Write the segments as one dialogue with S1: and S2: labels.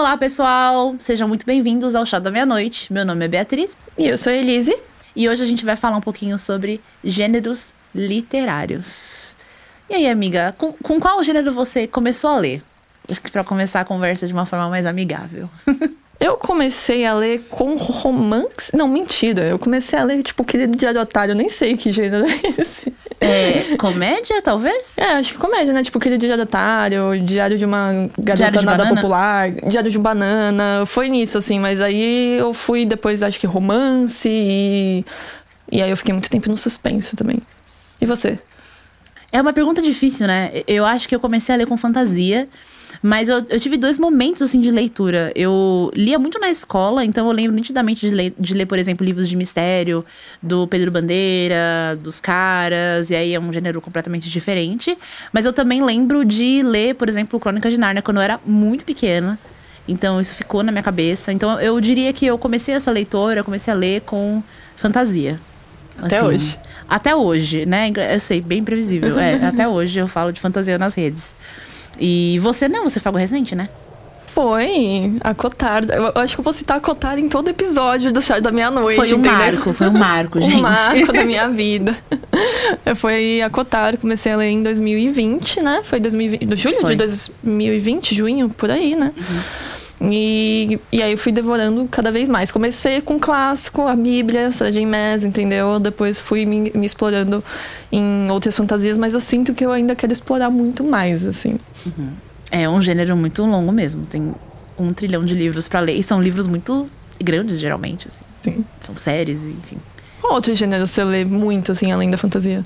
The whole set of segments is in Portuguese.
S1: Olá, pessoal! Sejam muito bem-vindos ao Chá da Meia-Noite. Meu nome é Beatriz.
S2: E eu sou a Elise.
S1: E hoje a gente vai falar um pouquinho sobre gêneros literários. E aí, amiga, com qual gênero você começou a ler? Acho que pra começar a conversa de uma forma mais amigável.
S2: Eu comecei a ler com romance... Não, mentira. Eu comecei a ler, tipo, Querido Diário Otário. Eu nem sei que gênero é esse.
S1: Comédia, talvez?
S2: Acho que comédia, né? Tipo, Querido Diário Otário, Diário de uma Garota Nada Popular, Diário de um Banana. Foi nisso, assim. Mas aí eu fui depois, acho que romance e aí eu fiquei muito tempo no suspense também. E você?
S1: É uma pergunta difícil, né? Eu acho que eu comecei a ler com fantasia. Mas eu tive dois momentos, assim, de leitura. Eu lia muito na escola, então eu lembro nitidamente de ler, por exemplo, livros de mistério do Pedro Bandeira, dos Caras, e aí é um gênero completamente diferente. Mas eu também lembro de ler, por exemplo, Crônicas de Nárnia, quando eu era muito pequena. Então isso ficou na minha cabeça. Então eu diria que eu comecei essa leitura, eu comecei a ler com fantasia.
S2: Até
S1: assim,
S2: hoje.
S1: Até hoje, né? Eu sei, bem previsível. Até hoje eu falo de fantasia nas redes. E você não, você falou recente, né?
S2: Foi a Cotard. Eu acho que eu vou citar a Cotard em todo episódio do Chá da Meia-Noite.
S1: Foi um marco, gente.
S2: Um marco da minha vida. Foi a Cotard, comecei a ler em 2020, né? Foi 2020, julho de 2020, junho, por aí, né? Uhum. E aí eu fui devorando cada vez mais. Comecei com o clássico, a Bíblia, Sarah J. Maas, entendeu? Depois fui me explorando em outras fantasias, mas eu sinto que eu ainda quero explorar muito mais, assim.
S1: Uhum. É um gênero muito longo mesmo. Tem 1 trilhão de livros pra ler. E são livros muito grandes, geralmente, assim.
S2: Sim.
S1: São séries, enfim.
S2: Qual outro gênero você lê muito, assim, além da fantasia?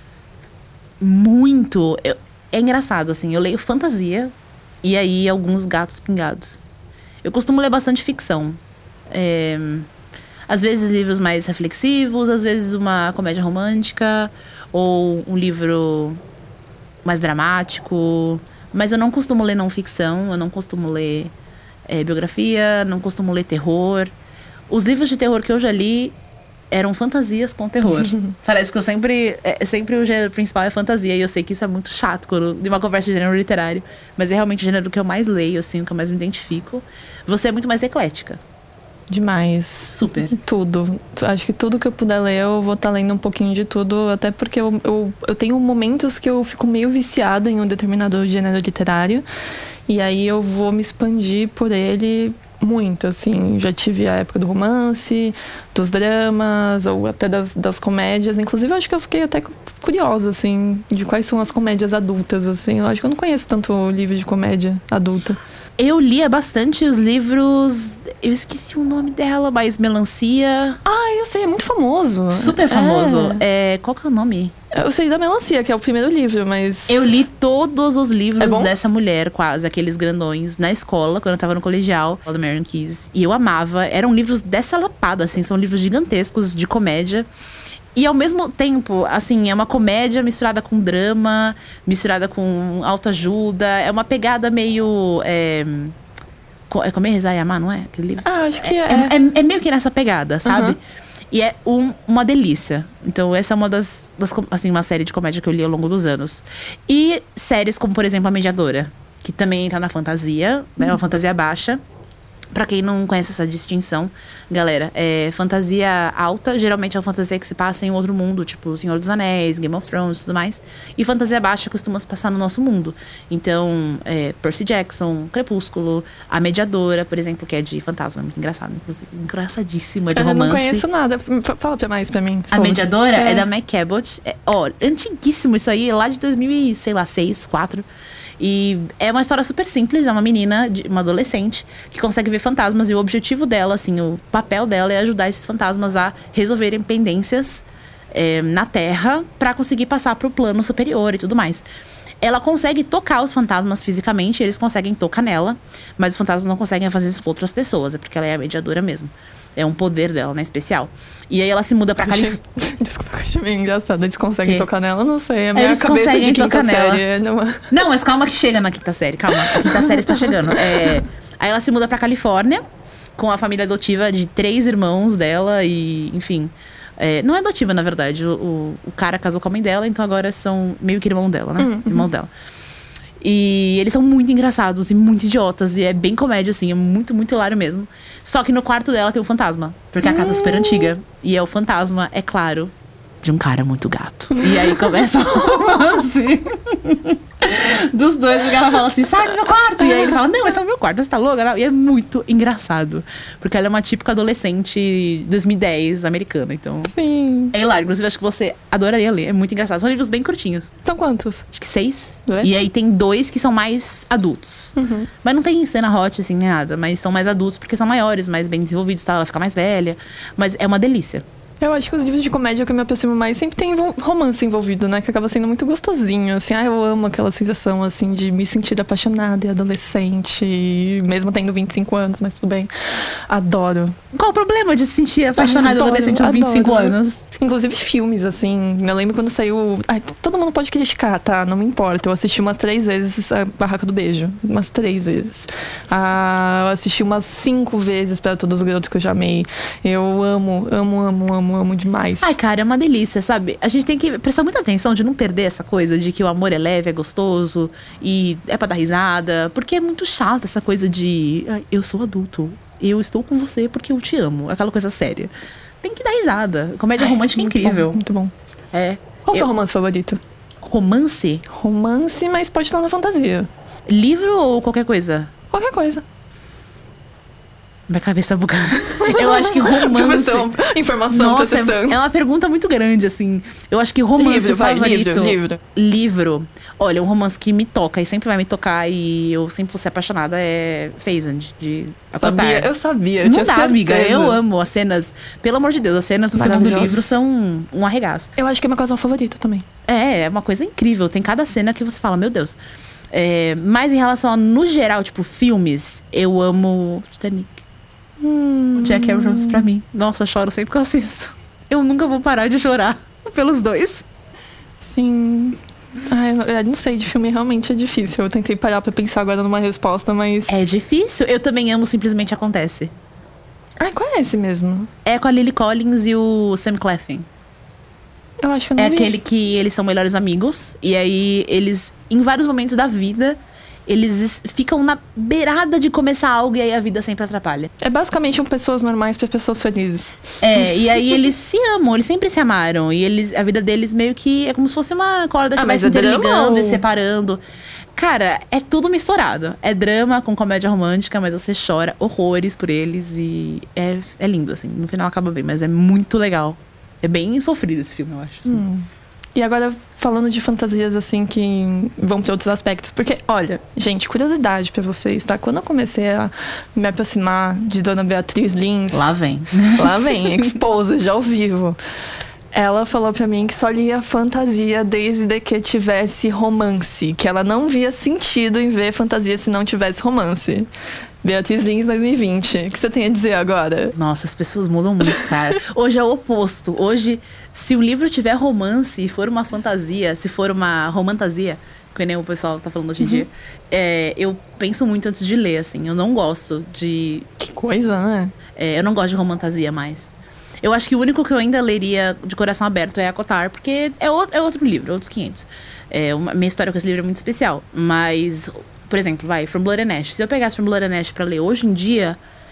S1: Muito. É engraçado, assim. Eu leio fantasia e aí alguns gatos pingados. Eu costumo ler bastante ficção. Às vezes livros mais reflexivos, às vezes uma comédia romântica ou um livro mais dramático. Mas eu não costumo ler não ficção, eu não costumo ler biografia, não costumo ler terror. Os livros de terror que eu já li eram fantasias com terror. Parece que eu sempre o gênero principal é fantasia. E eu sei que isso é muito chato de uma conversa de gênero literário. Mas é realmente o gênero que eu mais leio, assim, o que eu mais me identifico. Você é muito mais eclética.
S2: Demais.
S1: Super.
S2: Tudo. Acho que tudo que eu puder ler, eu vou estar lendo um pouquinho de tudo. Até porque eu tenho momentos que eu fico meio viciada em um determinado gênero literário. E aí eu vou me expandir por ele muito, assim. Já tive a época do romance, dos dramas, ou até das comédias. Inclusive, eu acho que eu fiquei até curiosa, assim, de quais são as comédias adultas, assim. Eu acho que eu não conheço tanto livro de comédia adulta.
S1: Eu lia bastante os livros... Eu esqueci o nome dela, mas Melancia...
S2: Ah, eu sei, é muito famoso.
S1: Super famoso. Qual que é o nome?
S2: Eu sei da Melancia, que é o primeiro livro, mas...
S1: Eu li todos os livros dessa mulher, quase, aqueles grandões, na escola, quando eu tava no colegial, do Marian Keyes. E eu amava. Eram livros dessa lapada, assim, são livros gigantescos de comédia. E ao mesmo tempo, assim, é uma comédia misturada com drama, misturada com autoajuda. É uma pegada meio... Comer, Rezar e Amar, não é? Aquele livro?
S2: Ah, acho que
S1: é meio que nessa pegada, sabe? Uhum. E é uma delícia. Então essa é uma assim, uma série de comédia que eu li ao longo dos anos. E séries como, por exemplo, A Mediadora, que também entra na fantasia, né? Uma fantasia baixa. Pra quem não conhece essa distinção, galera, fantasia alta geralmente é uma fantasia que se passa em outro mundo, tipo Senhor dos Anéis, Game of Thrones e tudo mais. E fantasia baixa costuma se passar no nosso mundo. Então, Percy Jackson, Crepúsculo, A Mediadora, por exemplo, que é de fantasma, muito engraçado, inclusive, engraçadíssima, de romance.
S2: Eu não conheço nada, fala mais pra mim.
S1: A Mediadora é da Meg Cabot. Antiguíssimo isso aí, lá de 2006, 2004. E é uma história super simples, é uma menina, uma adolescente, que consegue ver fantasmas. E o objetivo dela, assim, o papel dela é ajudar esses fantasmas a resolverem pendências na Terra pra conseguir passar pro plano superior e tudo mais. Ela consegue tocar os fantasmas fisicamente, eles conseguem tocar nela, mas os fantasmas não conseguem fazer isso com outras pessoas, é porque ela é a mediadora mesmo. É um poder dela, né, especial. E aí ela se muda pra Califórnia.
S2: Desculpa, eu achei meio engraçado. Eles conseguem tocar nela? Não sei, a minha cabeça de quinta série.
S1: Não, mas calma que chega na quinta série, calma. A quinta série está chegando. Aí ela se muda pra Califórnia, com a família adotiva de 3 irmãos dela e, enfim... não é adotiva, na verdade. O cara casou com a mãe dela, então agora são meio que irmão dela, né? Irmãos dela. E eles são muito engraçados e muito idiotas. E é bem comédia, assim. É muito, muito hilário mesmo. Só que no quarto dela tem um fantasma. Porque a casa é super antiga. E é o fantasma, é claro, de um cara muito gato. E aí começa assim dos dois, porque ela fala assim, sai do meu quarto. E aí ele fala, não, esse é o meu quarto, você tá louca? E é muito engraçado. Porque ela é uma típica adolescente 2010 americana, então...
S2: Sim.
S1: É hilário, inclusive acho que você adoraria ler, é muito engraçado. São livros bem curtinhos.
S2: São quantos?
S1: Acho que 6.
S2: É?
S1: E aí tem 2 que são mais adultos. Mas não tem cena hot, assim, nem nada. Mas são mais adultos porque são maiores, mais bem desenvolvidos, tá? Ela fica mais velha. Mas é uma delícia.
S2: Eu acho que os livros de comédia que eu me aproximo mais sempre tem romance envolvido, né? Que acaba sendo muito gostosinho, assim. Eu amo aquela sensação, assim, de me sentir apaixonada e adolescente, mesmo tendo 25 anos, mas tudo bem. Adoro.
S1: Qual o problema de se sentir apaixonada adolescente aos 25 anos?
S2: Inclusive filmes, assim. Eu lembro quando saiu... todo mundo pode criticar, tá? Não me importa. Eu assisti umas 3 vezes a Barraca do Beijo. Umas 3 vezes. Eu assisti umas 5 vezes Para Todos os Garotos que eu já amei. Eu amo demais.
S1: Ai, cara, é uma delícia, sabe? A gente tem que prestar muita atenção de não perder essa coisa de que o amor é leve, é gostoso e é pra dar risada. Porque é muito chato essa coisa de eu sou adulto, eu estou com você porque eu te amo. Aquela coisa séria. Tem que dar risada. Comédia romântica é incrível.
S2: Muito bom.
S1: É.
S2: Qual o seu romance favorito?
S1: Romance?
S2: Romance, mas pode estar na fantasia.
S1: Livro ou qualquer coisa?
S2: Qualquer coisa.
S1: Minha cabeça bugando. Eu acho que romance...
S2: Informação
S1: Nossa,
S2: processando.
S1: é uma pergunta muito grande, assim. Eu acho que romance favorito... Livro. Olha, um romance que me toca e sempre vai me tocar e eu sempre vou ser apaixonada é Phasand, de Avatar.
S2: Eu sabia.
S1: Não dá, amiga. Eu amo as cenas... Pelo amor de Deus, as cenas do segundo livro são um arregaço.
S2: Eu acho que é meu casal favorito também.
S1: É uma coisa incrível. Tem cada cena que você fala, meu Deus. Mas em relação a, no geral, tipo, filmes, eu amo Titanic. O Jack Abrams pra mim. Nossa, eu choro sempre que eu assisto. Eu nunca vou parar de chorar pelos dois.
S2: Sim. Eu não sei, de filme realmente é difícil. Eu tentei parar pra pensar agora numa resposta, mas...
S1: É difícil. Eu também amo Simplesmente Acontece.
S2: Qual é esse mesmo?
S1: É com a Lily Collins e o Sam Claflin.
S2: Eu acho que eu não vi.
S1: Aquele que eles são melhores amigos. E aí eles, em vários momentos da vida... Eles ficam na beirada de começar algo e aí a vida sempre atrapalha.
S2: É basicamente pessoas normais pra pessoas felizes.
S1: E aí eles se amam, eles sempre se amaram. E a vida deles meio que é como se fosse uma corda que vai se interligando e separando. Cara, é tudo misturado. É drama com comédia romântica, mas você chora horrores por eles e é lindo, assim. No final acaba bem, mas é muito legal. É bem sofrido esse filme, eu acho. Assim.
S2: E agora, falando de fantasias, assim, que vão para outros aspectos. Porque, olha, gente, curiosidade pra vocês, tá? Quando eu comecei a me aproximar de Dona Beatriz Lins...
S1: Lá vem,
S2: exposed, ao vivo. Ela falou pra mim que só lia fantasia desde que tivesse romance. Que ela não via sentido em ver fantasia se não tivesse romance. Beatriz Lins 2020. O que você tem a dizer agora?
S1: Nossa, as pessoas mudam muito, cara. Hoje é o oposto. Hoje, se o livro tiver romance e for uma fantasia, se for uma romantasia, que nem o pessoal tá falando hoje em dia, eu penso muito antes de ler, assim. Eu não gosto de...
S2: Que coisa, né?
S1: Eu não gosto de romantasia mais. Eu acho que o único que eu ainda leria de coração aberto é Acotar, porque é outro livro, outros 500. Minha história com esse livro é muito especial. Mas... Por exemplo, From Blood and Ash. Se eu pegasse From Blood and Ash pra ler hoje em dia,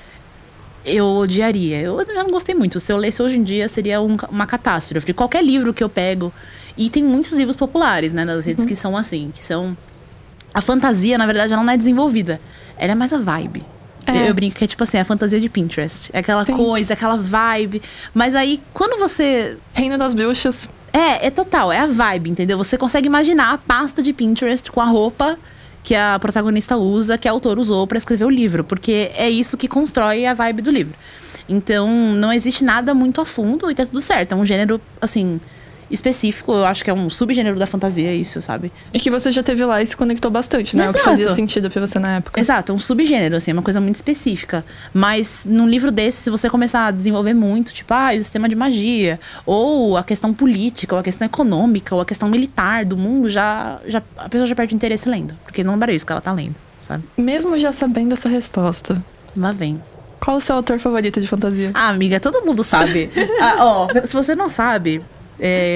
S1: eu odiaria. Eu já não gostei muito. Se eu lesse hoje em dia, seria uma catástrofe. Qualquer livro que eu pego... E tem muitos livros populares, né, nas redes que são assim. Que são... A fantasia, na verdade, ela não é desenvolvida. Ela é mais a vibe. Eu brinco que é tipo assim, a fantasia de Pinterest. É aquela coisa, aquela vibe. Mas aí, quando você...
S2: Reino das Bruxas.
S1: É total. É a vibe, entendeu? Você consegue imaginar a pasta de Pinterest com a roupa... que a protagonista usa, que a autora usou pra escrever o livro. Porque é isso que constrói a vibe do livro. Então, não existe nada muito a fundo e tá tudo certo. É um gênero, assim, específico. Eu acho que é um subgênero da fantasia, isso, sabe?
S2: E que você já teve lá e se conectou bastante, né?
S1: Exato.
S2: O que fazia sentido pra você na época.
S1: Exato, um subgênero, assim, é uma coisa muito específica. Mas num livro desse, se você começar a desenvolver muito, tipo, o sistema de magia, ou a questão política, ou a questão econômica, ou a questão militar do mundo, a pessoa já perde interesse lendo. Porque não é isso que ela tá lendo, sabe?
S2: Mesmo já sabendo essa resposta.
S1: Lá vem.
S2: Qual o seu autor favorito de fantasia?
S1: Amiga, todo mundo sabe. Se você não sabe,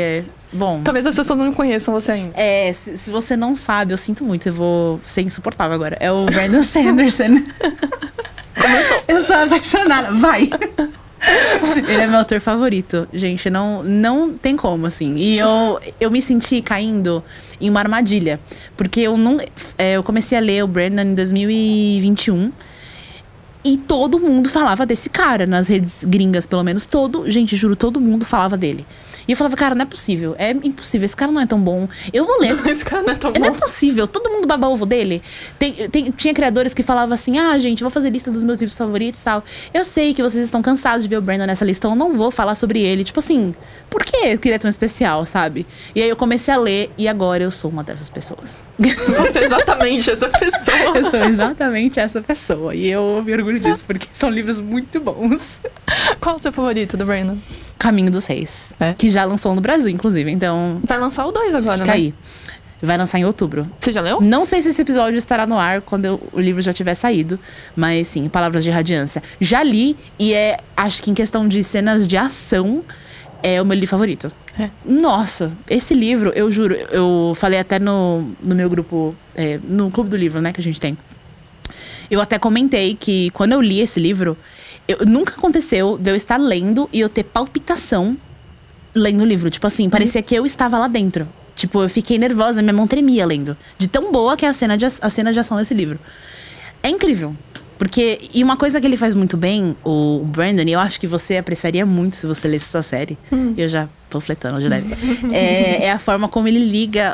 S1: Bom,
S2: Talvez as pessoas não conheçam você ainda.
S1: se você não sabe, eu sinto muito, eu vou ser insuportável agora. É o Brandon Sanderson. Eu sou apaixonada. Vai! Ele é meu autor favorito. Gente, não tem como, assim. E eu me senti caindo em uma armadilha. Porque eu comecei a ler o Brandon em 2021. E todo mundo falava desse cara, nas redes gringas, pelo menos. Gente, juro, todo mundo falava dele. E eu falava, cara, não é possível. É impossível, esse cara não é tão bom. Eu vou ler.
S2: Esse cara não é tão bom.
S1: Não é possível, todo mundo baba ovo dele. Tinha criadores que falavam assim: gente, vou fazer lista dos meus livros favoritos e tal. Eu sei que vocês estão cansados de ver o Brandon nessa lista, eu não vou falar sobre ele. Tipo assim, por que ele é tão especial, sabe? E aí eu comecei a ler e agora eu sou uma dessas pessoas.
S2: Você é exatamente essa pessoa.
S1: Eu sou exatamente essa pessoa. E eu me orgulho disso, porque são livros muito bons.
S2: Qual o seu favorito do Brandon?
S1: Caminho dos Reis.
S2: É?
S1: Que já lançou no Brasil, inclusive. Então,
S2: Vai lançar o 2 agora,
S1: fica
S2: né?
S1: aí. Vai lançar em outubro.
S2: Você já leu?
S1: Não sei se esse episódio estará no ar quando o livro já tiver saído. Mas sim, Palavras de Radiância. Já li e acho que em questão de cenas de ação, é o meu livro favorito.
S2: É.
S1: Nossa, esse livro, eu juro, eu falei até no meu grupo, no Clube do Livro, né, que a gente tem. Eu até comentei que quando eu li esse livro, nunca aconteceu de eu estar lendo e eu ter palpitação lendo o livro. Tipo assim, parecia que eu estava lá dentro. Tipo, eu fiquei nervosa, minha mão tremia lendo. De tão boa que é a cena de ação desse livro. É incrível. E uma coisa que ele faz muito bem, o Brandon, e eu acho que você apreciaria muito se você lesse essa série. Eu já panfletando de leve. É a forma como ele liga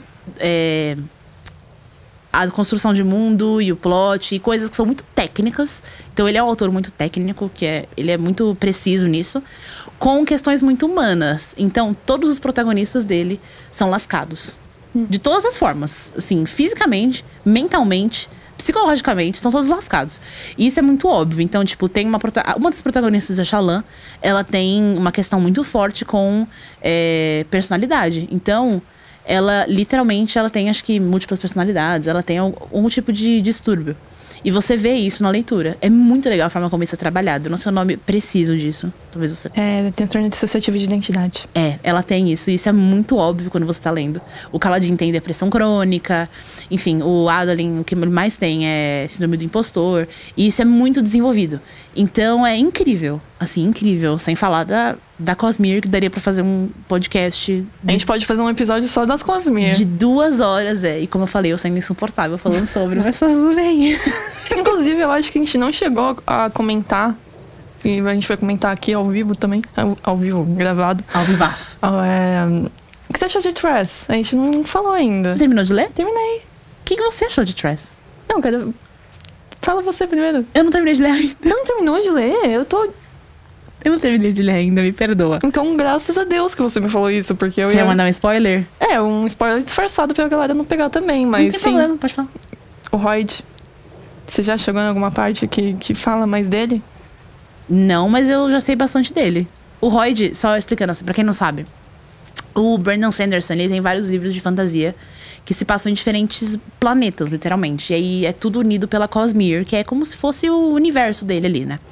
S1: a construção de mundo e o plot e coisas que são muito técnicas. Então ele é um autor muito técnico, ele é muito preciso nisso, com questões muito humanas. Então todos os protagonistas dele são lascados. De todas as formas, assim, fisicamente, mentalmente, psicologicamente, estão todos lascados. E isso é muito óbvio. Então, tipo, tem uma das protagonistas, a Shallan, ela tem uma questão muito forte com personalidade. Então, ela, literalmente, ela tem, acho que, múltiplas personalidades. Ela tem algum tipo de distúrbio. E você vê isso na leitura. É muito legal a forma como isso é trabalhado. Eu não sei o nome preciso disso. Talvez você...
S2: transtorno dissociativo de identidade.
S1: Ela tem isso. E isso é muito óbvio quando você tá lendo. O Kaladin tem depressão crônica. Enfim, o Adolin, o que mais tem é síndrome do impostor. E isso é muito desenvolvido. Então, é incrível. Assim, incrível. Sem falar da Cosmere, que daria pra fazer um podcast.
S2: A gente pode fazer um episódio só das Cosmere.
S1: De 2 horas, E como eu falei, eu saindo insuportável falando sobre, mas tudo bem.
S2: Inclusive, eu acho que a gente não chegou a comentar. E a gente vai comentar aqui ao vivo também. Ao vivo, gravado.
S1: Ao vivaço.
S2: O que você achou de Trash? A gente não falou ainda.
S1: Você terminou de ler?
S2: Terminei.
S1: O que você achou de Trash?
S2: Não, cara. Fala você primeiro.
S1: Eu não terminei de ler ainda.
S2: Você não terminou de ler?
S1: Eu não terminei de ler ainda, me perdoa.
S2: Então, graças a Deus que você me falou isso, porque
S1: Você ia mandar um spoiler?
S2: Um spoiler disfarçado pra galera não pegar também, mas
S1: não tem problema, pode falar.
S2: O Hoid, você já chegou em alguma parte que fala mais dele?
S1: Não, mas eu já sei bastante dele. O Hoid, só explicando assim, pra quem não sabe, o Brandon Sanderson, ele tem vários livros de fantasia que se passam em diferentes planetas, literalmente. E aí é tudo unido pela Cosmere, que é como se fosse o universo dele ali, né?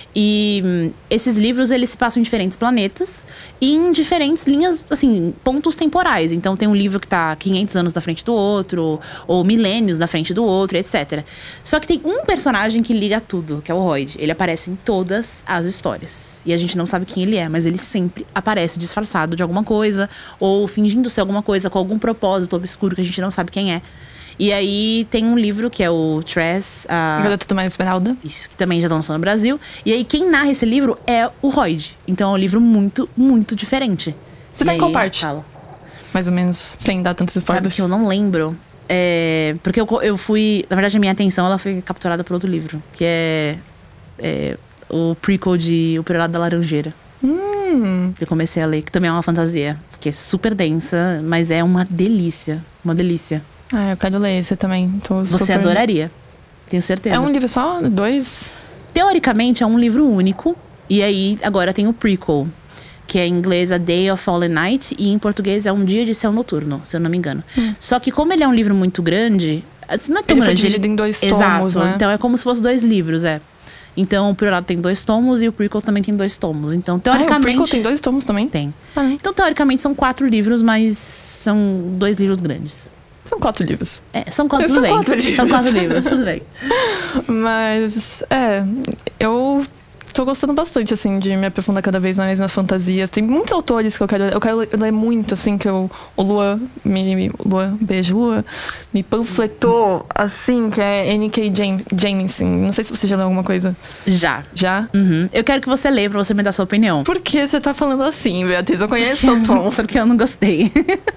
S1: E esses livros, eles se passam em diferentes planetas e em diferentes linhas, assim, pontos temporais. Então tem um livro que tá 500 anos na frente do outro, ou milênios na frente do outro, etc. Só que tem um personagem que liga tudo, que é o Hoid. Ele aparece em todas as histórias. E a gente não sabe quem ele é, mas ele sempre aparece disfarçado de alguma coisa, ou fingindo ser alguma coisa, com algum propósito obscuro que a gente não sabe quem é. E aí tem um livro que é o Tress,
S2: Garota do Mais Esmeralda.
S1: Isso, que também já lançou no Brasil. E aí quem narra esse livro é o Hoid. Então é um livro muito, muito diferente.
S2: Você tá em qual parte?
S1: Fala.
S2: Mais ou menos, sem dar tantos spoilers.
S1: Sabe que eu não lembro. Porque eu fui... Na verdade, a minha atenção ela foi capturada por outro livro. Que é o prequel de O Prelado da Laranjeira. Eu comecei a ler, que também é uma fantasia. Que é super densa, mas é uma delícia. Uma delícia.
S2: Eu quero ler esse também.
S1: Você adoraria. Tenho certeza.
S2: É um livro só? 2?
S1: Teoricamente é um livro único. E aí agora tem o prequel, que é em inglês A Day of Fallen Night, e em português é Um Dia de Céu Noturno, se eu não me engano. Só que como ele é um livro muito grande, não é tão
S2: ele
S1: grande,
S2: foi dividido em 2 tomos,
S1: exato,
S2: né?
S1: Então é como se fosse 2 livros, Então, o Priorato tem 2 tomos e o Prequel também tem 2 tomos. Então,
S2: O
S1: teoricamente…
S2: Prequel tem 2 tomos também?
S1: Tem.
S2: Ah,
S1: Então, teoricamente, são 4 livros, mas são 2 livros grandes.
S2: são 4 livros.
S1: São 4,
S2: São
S1: tudo bem.
S2: 4 livros.
S1: São 4 livros, tudo bem.
S2: Mas, eu tô gostando bastante, assim, de me aprofundar cada vez mais nas fantasias. Tem muitos autores que eu quero ler muito, assim, que o Lua, beijo, Lua, me panfletou, assim, que é N.K. Jemisin. Não sei se você já leu alguma coisa.
S1: Já.
S2: Já?
S1: Uhum. Eu quero que você leia pra você me dar sua opinião.
S2: Por que você tá falando assim, Beatriz? Eu conheço o tom.
S1: Porque eu não gostei.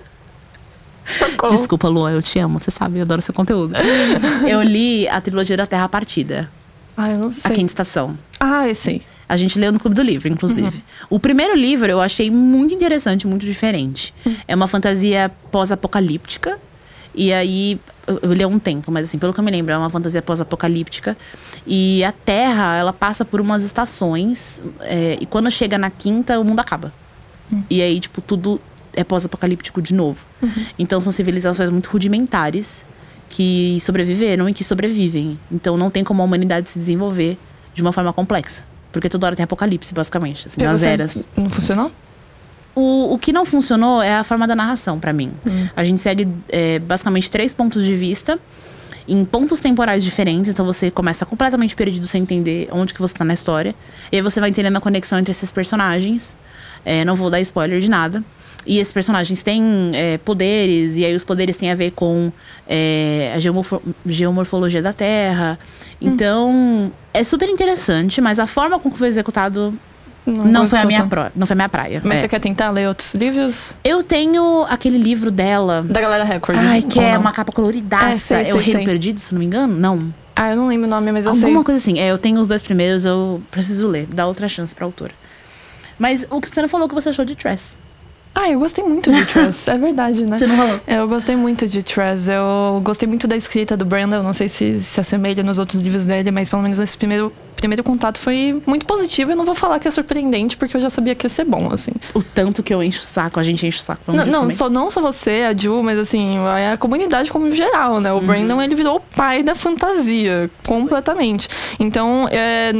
S2: Socorro.
S1: Desculpa, Lua, eu te amo. Você sabe, eu adoro seu conteúdo. Eu li a trilogia da Terra Partida.
S2: Ah, eu não
S1: A
S2: sei.
S1: Quinta Estação.
S2: Ah, eu sei.
S1: A gente leu no Clube do Livro, inclusive. O primeiro livro eu achei muito interessante, muito diferente. É uma fantasia pós-apocalíptica. E aí, eu li há um tempo, mas assim, pelo que eu me lembro, é uma fantasia pós-apocalíptica. E a Terra, ela passa por umas estações. E quando chega na quinta, o mundo acaba. E aí, tipo, tudo é pós-apocalíptico de novo. Então, são civilizações muito rudimentares que sobreviveram e que sobrevivem. Então, não tem como a humanidade se desenvolver de uma forma complexa. Porque toda hora tem apocalipse, basicamente. Assim, nas eras.
S2: Não funcionou?
S1: O que não funcionou é a forma da narração, pra mim. A gente segue basicamente 3 pontos de vista em pontos temporais diferentes. Então você começa completamente perdido sem entender onde que você tá na história. E aí você vai entendendo a conexão entre esses personagens. Não vou dar spoiler de nada. E esses personagens têm poderes, e aí os poderes têm a ver com a geomorfologia da Terra. Então, é super interessante, mas a forma com que foi executado não foi a minha praia.
S2: Mas você quer tentar ler outros livros?
S1: Eu tenho aquele livro dela.
S2: Da Galera Record.
S1: Ai, que é uma capa coloridaça. É o Reino
S2: sei.
S1: Perdido, se não me engano? Não.
S2: Ah, eu não lembro o nome, mas eu sei.
S1: Alguma coisa assim. Eu tenho os 2 primeiros, eu preciso ler. Dar outra chance pra autora. Mas o que você falou que você achou de Tress.
S2: Ah, eu gostei muito de Tress, é verdade, né?
S1: Você não falou?
S2: Eu gostei muito de Tress, eu gostei muito da escrita do Brandon, não sei se assemelha nos outros livros dele, mas pelo menos nesse primeiro contato foi muito positivo. Eu não vou falar que é surpreendente, porque eu já sabia que ia ser bom, assim.
S1: O tanto que eu encho o saco, a gente enche o saco.
S2: Não só você, a Ju, mas assim, a comunidade como geral, né? O Brandon, ele virou o pai da fantasia, completamente. Então,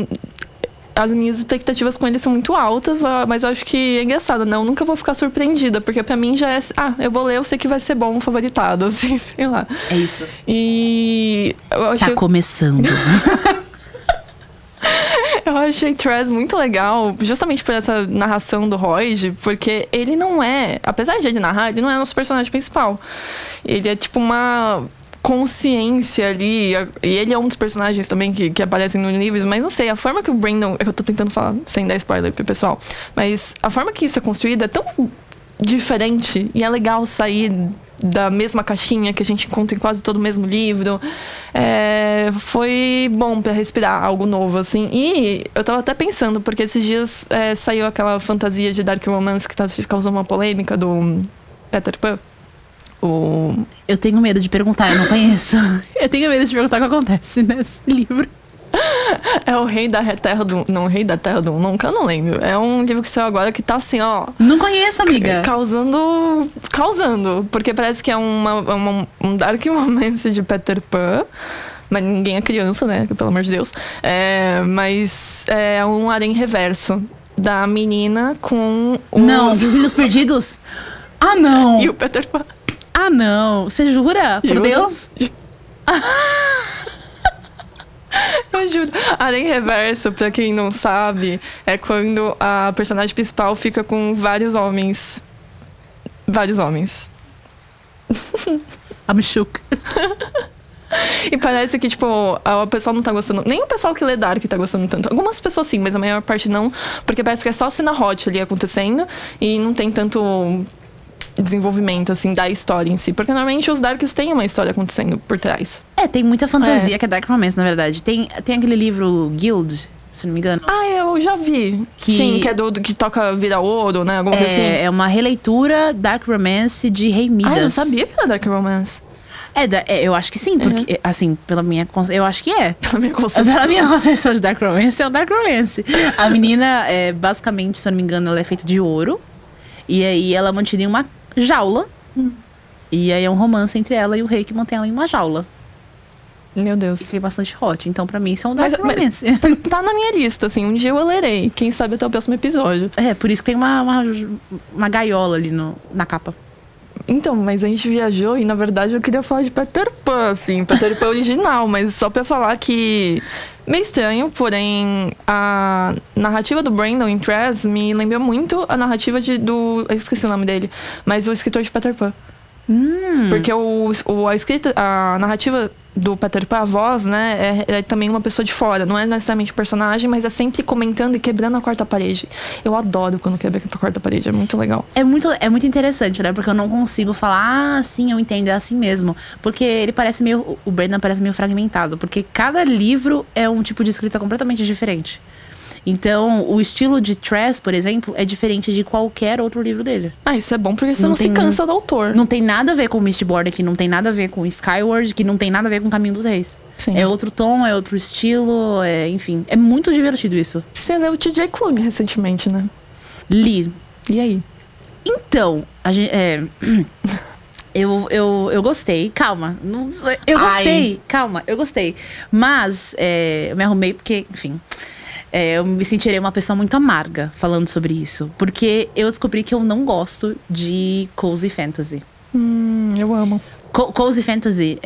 S2: as minhas expectativas com ele são muito altas, mas eu acho que é engraçado, né? Eu nunca vou ficar surpreendida, porque pra mim já é… Ah, eu vou ler, eu sei que vai ser bom, favoritado, assim, sei lá.
S1: É isso.
S2: E…
S1: Tá começando.
S2: Eu achei Tress muito legal, justamente por essa narração do Roy, porque ele não é… Apesar de ele narrar, ele não é nosso personagem principal. Ele é tipo uma… consciência ali, e ele é um dos personagens também que aparecem no livro, mas não sei, a forma que o Brandon, é que eu tô tentando falar sem dar spoiler pro pessoal, mas a forma que isso é construído é tão diferente, e é legal sair da mesma caixinha que a gente encontra em quase todo o mesmo livro. Foi bom pra respirar algo novo, assim. E eu tava até pensando, porque esses dias saiu aquela fantasia de Dark Romance que tá causando uma polêmica do Peter Pan.
S1: Eu tenho medo de perguntar, eu não conheço. Eu tenho medo de perguntar o que acontece nesse livro.
S2: É o Rei da Terra do… Não, Rei da Terra do Nunca, eu não lembro. É um livro que saiu agora que tá assim, ó…
S1: Não conheço, amiga.
S2: Causando… Porque parece que é um Dark Romance de Peter Pan. Mas ninguém é criança, né? Pelo amor de Deus. Mas é um harém reverso da menina com os…
S1: Não, os Filhos Perdidos? Ah, não!
S2: E o Peter Pan.
S1: Ah, não! Você jura? Por
S2: Juro.
S1: Deus?
S2: Eu juro. Harém reverso, pra quem não sabe, é quando a personagem principal fica com vários homens. Vários homens.
S1: I'm shook.
S2: E parece que, tipo, o pessoal não tá gostando. Nem o pessoal que lê Dark tá gostando tanto. Algumas pessoas sim, mas a maior parte não. Porque parece que é só cena hot ali acontecendo. E não tem tanto desenvolvimento, assim, da história em si. Porque normalmente os Darks têm uma história acontecendo por trás.
S1: Tem muita fantasia que é Dark Romance, na verdade. Tem aquele livro Guild, se não me engano.
S2: Ah, eu já vi. Sim, que é do que toca Vira Ouro, né? Alguma coisa assim.
S1: É uma releitura Dark Romance de Rei Midas.
S2: Ah, eu não sabia que era Dark Romance.
S1: Eu acho que sim, porque, assim, eu acho que é.
S2: Pela minha concepção.
S1: Pela minha concepção de Dark Romance, é o Dark Romance. A menina, basicamente, se eu não me engano, ela é feita de ouro. E aí ela é mantida em uma jaula. E aí é um romance entre ela e o rei que mantém ela em uma jaula.
S2: Meu Deus.
S1: Fiquei bastante hot. Então, pra mim, isso é um dark romance.
S2: Tá na minha lista, assim. Um dia eu lerei. Quem sabe até o próximo episódio.
S1: É, por isso que tem uma gaiola ali na capa.
S2: Então, mas a gente viajou e, na verdade, eu queria falar de Peter Pan, assim. Peter Pan original, mas só pra falar que... Meio estranho, porém, a narrativa do Brandon em Tress me lembra muito a narrativa do... Eu esqueci o nome dele. Mas o escritor de Peter Pan. Porque a narrativa do Peter Pan, a voz, né, é também uma pessoa de fora. Não é necessariamente um personagem, mas é sempre comentando e quebrando a quarta parede. Eu adoro quando quebra a quarta parede, é muito legal.
S1: É muito interessante, né? Porque eu não consigo falar, sim, eu entendo, é assim mesmo. Porque ele parece meio... O Brandon parece meio fragmentado. Porque cada livro é um tipo de escrita completamente diferente. Então, o estilo de Tress, por exemplo, é diferente de qualquer outro livro dele.
S2: Isso é bom, porque você não se cansa do autor.
S1: Não tem nada a ver com Mistborn, que não tem nada a ver com Skyward, que não tem nada a ver com Caminho dos Reis.
S2: Sim.
S1: É outro tom, é outro estilo, enfim. É muito divertido isso.
S2: Você leu o TJ Klune recentemente, né?
S1: Li.
S2: E aí?
S1: Então, a gente... Eu gostei. Calma. Eu gostei. Calma, eu gostei. Mas, eu me arrumei porque, enfim... eu me sentirei uma pessoa muito amarga falando sobre isso. Porque eu descobri que eu não gosto de cozy fantasy.
S2: Eu amo.
S1: Cozy fantasy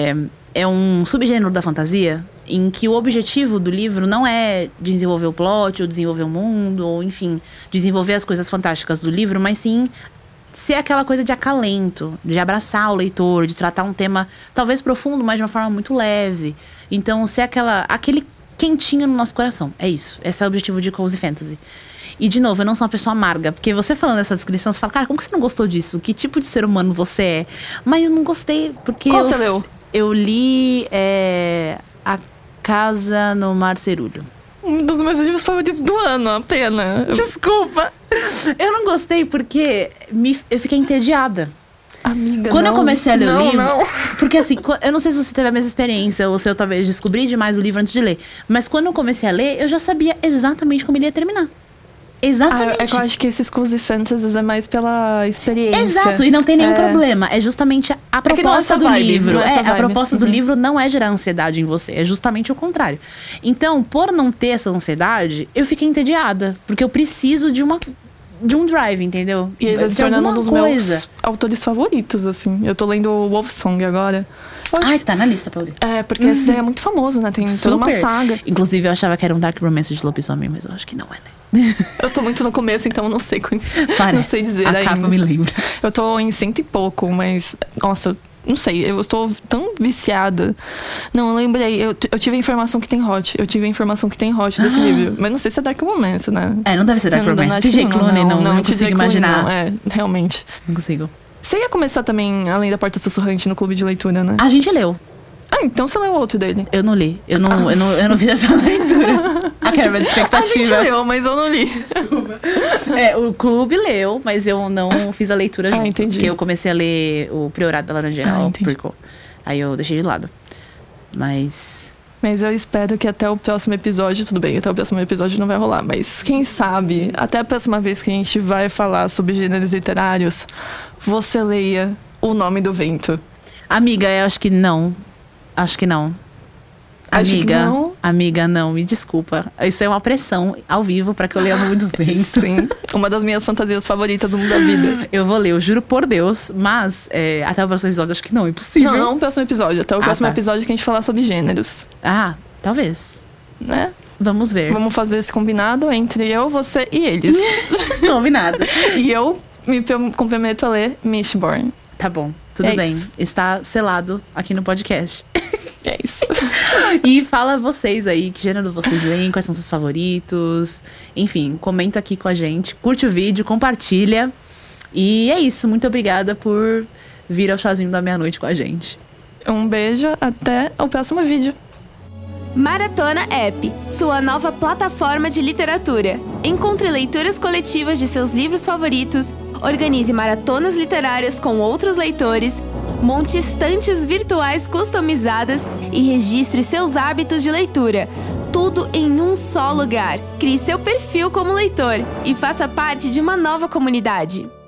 S1: é um subgênero da fantasia em que o objetivo do livro não é desenvolver o plot, ou desenvolver o mundo, ou enfim, desenvolver as coisas fantásticas do livro, mas sim ser aquela coisa de acalento, de abraçar o leitor, de tratar um tema talvez profundo, mas de uma forma muito leve. Então, ser aquele quentinho no nosso coração. É isso. Esse é o objetivo de Cozy Fantasy. E, de novo, eu não sou uma pessoa amarga. Porque você falando essa descrição, você fala, cara, como que você não gostou disso? Que tipo de ser humano você é? Mas eu não gostei, porque...
S2: Qual você leu?
S1: Eu li A Casa no Mar Cerúleo.
S2: Um dos meus livros favoritos do ano, a pena.
S1: Desculpa! Eu não gostei porque eu fiquei entediada.
S2: Amiga,
S1: quando eu comecei a ler o livro...
S2: Não.
S1: Porque assim, eu não sei se você teve a mesma experiência ou se eu talvez descobri demais o livro antes de ler. Mas quando eu comecei a ler, eu já sabia exatamente como ele ia terminar. Exatamente.
S2: É que eu acho que esses cozy fantasies é mais pela experiência.
S1: Exato, e não tem nenhum problema. É justamente a proposta do livro. A proposta do livro não é gerar ansiedade em você. É justamente o contrário. Então, por não ter essa ansiedade, eu fiquei entediada. Porque eu preciso de um drive, entendeu?
S2: E ele tá se tornando um dos meus autores favoritos, assim. Eu tô lendo o Wolfsong agora.
S1: Que tá na lista, Paulo.
S2: Porque esse daí é muito famoso, né? Tem toda uma saga.
S1: Inclusive, eu achava que era um dark romance de lobisomem, mas eu acho que não é, né?
S2: Eu tô muito no começo, então eu não sei. Não sei dizer ainda.
S1: A capa me lembra.
S2: Eu tô em 100 e pouco, mas... Nossa, não sei. Eu estou tão viciada. Não, eu lembrei. Eu tive a informação que tem hot. Desse livro. Mas não sei se é dark romance, né?
S1: Não deve ser dark romance. TJ Klune, não consigo imaginar.
S2: Não, realmente.
S1: Não consigo.
S2: Você ia começar também, além da Porta Sussurrante, no clube de leitura, né?
S1: A gente leu.
S2: Então você leu outro dele?
S1: Eu não li. Eu não fiz essa leitura. A quebra de expectativa.
S2: A gente leu, mas eu não li.
S1: Desculpa. O clube leu, mas eu não fiz a leitura junto.
S2: Entendi.
S1: Porque eu comecei a ler o Priorato da Laranjeira, aí eu deixei de lado. Mas
S2: eu espero que até o próximo episódio, tudo bem, até o próximo episódio não vai rolar, mas quem sabe, até a próxima vez que a gente vai falar sobre gêneros literários, você leia O Nome do Vento.
S1: Amiga, eu acho que não. Acho que não. Amiga, não, me desculpa. Isso é uma pressão ao vivo pra que eu leia O Nome do Vento.
S2: Sim, uma das minhas fantasias favoritas do mundo da vida.
S1: Eu vou ler, eu juro por Deus, mas até o próximo episódio acho que não, é impossível.
S2: Não o próximo episódio, até o próximo episódio que a gente falar sobre gêneros.
S1: Talvez.
S2: Né?
S1: Vamos ver.
S2: Vamos fazer esse combinado entre eu, você e eles.
S1: Combinado.
S2: E eu me comprometo a ler Mistborn.
S1: Tá bom, tudo bem. Isso. Está selado aqui no podcast.
S2: É isso.
S1: E fala vocês aí, que gênero vocês leem, quais são seus favoritos. Enfim, comenta aqui com a gente, curte o vídeo, compartilha. E é isso, muito obrigada por vir ao chazinho da meia-noite com a gente.
S2: Um beijo, até o próximo vídeo.
S3: Maratona App, sua nova plataforma de literatura. Encontre leituras coletivas de seus livros favoritos, organize maratonas literárias com outros leitores, monte estantes virtuais customizadas e registre seus hábitos de leitura. Tudo em um só lugar. Crie seu perfil como leitor e faça parte de uma nova comunidade.